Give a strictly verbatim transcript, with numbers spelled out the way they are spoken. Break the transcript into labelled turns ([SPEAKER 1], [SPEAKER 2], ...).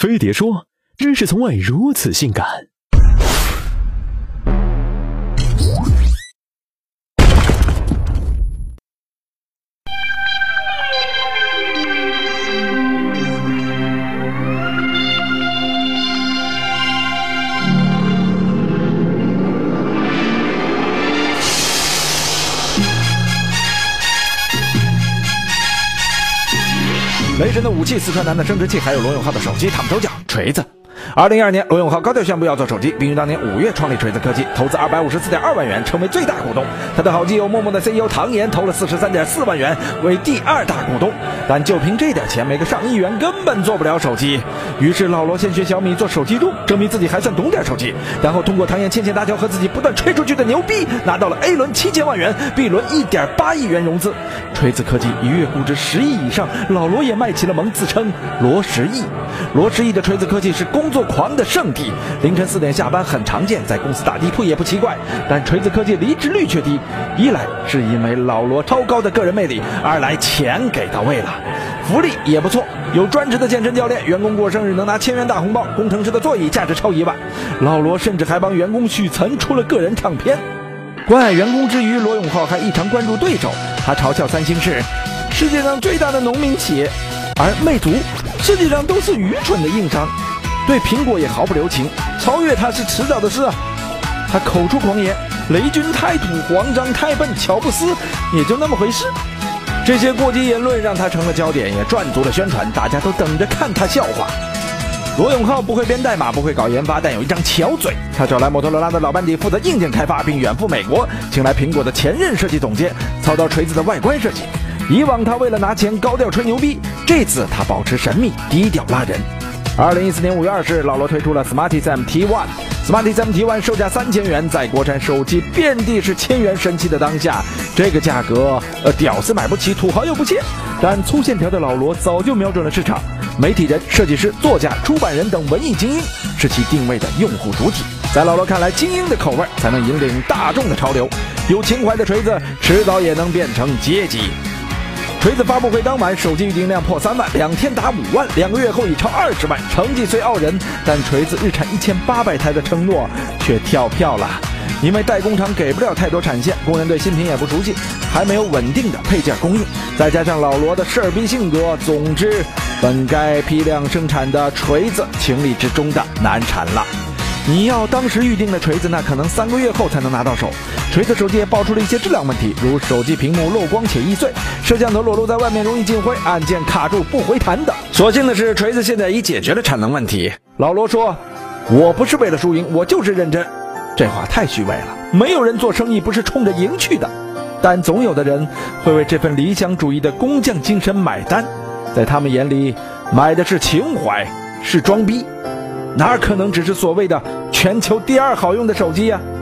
[SPEAKER 1] 飞碟说，知识从未如此性感。雷神的武器、四川男的生殖器，还有罗永浩的手机，他们都叫锤子。二零一二年，罗永浩高调宣布要做手机，并于当年五月创立锤子科技，投资二百五十四点二万元，成为最大股东。他的好基友陌陌的 C E O 唐岩投了四十三点四万元，为第二大股东。但就凭这点钱，没个上亿元根本做不了手机。于是老罗先学小米做手机中，证明自己还算懂点手机，然后通过唐岩牵线搭桥和自己不断吹出去的牛逼，拿到了 A 轮七千万元 ，B 轮一点八亿元融资。锤子科技一月估值十亿以上，老罗也卖起了萌，自称罗十亿。罗十亿的锤子科技是工作狂的圣地，凌晨四点下班很常见，在公司打地铺也不奇怪。但锤子科技离职率却低，一来是因为老罗超高的个人魅力，二来钱给到位了，福利也不错，有专职的健身教练，员工过生日能拿千元大红包，工程师的座椅价值超一万。老罗甚至还帮员工许岑出了个人唱片。关爱员工之余，罗永浩还异常关注对手，他嘲笑三星是世界上最大的农民企业，而魅族世界上都是愚蠢的硬伤，对苹果也毫不留情，超越它是迟早的事啊。他口出狂言，雷军太土，黄章太笨，乔布斯也就那么回事。这些过激言论让他成了焦点，也赚足了宣传，大家都等着看他笑话。罗永浩不会编代码，不会搞研发，但有一张巧嘴。他找来摩托罗拉的老班底负责硬件开发，并远赴美国，请来苹果的前任设计总监操刀锤子的外观设计。以往他为了拿钱高调吹牛逼，这次他保持神秘，低调拉人。二零一四年五月二十日，老罗推出了 Smartisan T 一 Smartisan T 一 售价三千元，在国产手机遍地是千元神器的当下，这个价格呃，屌丝买不起，土豪又不屑。但粗线条的老罗早就瞄准了市场，媒体人、设计师、作家、出版人等文艺精英是其定位的用户主体。在老罗看来，精英的口味才能引领大众的潮流，有情怀的锤子迟早也能变成阶级。锤子发布会当晚，手机预订量破三万，两天达五万，两个月后已超二十万，成绩虽傲人，但锤子日产一千八百台的承诺却跳票了。因为代工厂给不了太多产线，工人对新品也不熟悉，还没有稳定的配件供应，再加上老罗的事儿逼性格，总之本该批量生产的锤子情理之中的难产了。你要当时预定的锤子，那可能三个月后才能拿到手。锤子手机也爆出了一些质量问题，如手机屏幕漏光且易碎，摄像头裸露在外面容易进灰，按键卡住不回弹等。所幸的是，锤子现在已解决了产能问题。老罗说，我不是为了输赢，我就是认真。这话太虚伪了，没有人做生意不是冲着赢去的，但总有的人会为这份理想主义的工匠精神买单，在他们眼里买的是情怀，是装逼，哪可能只是所谓的全球第二好用的手机呀、啊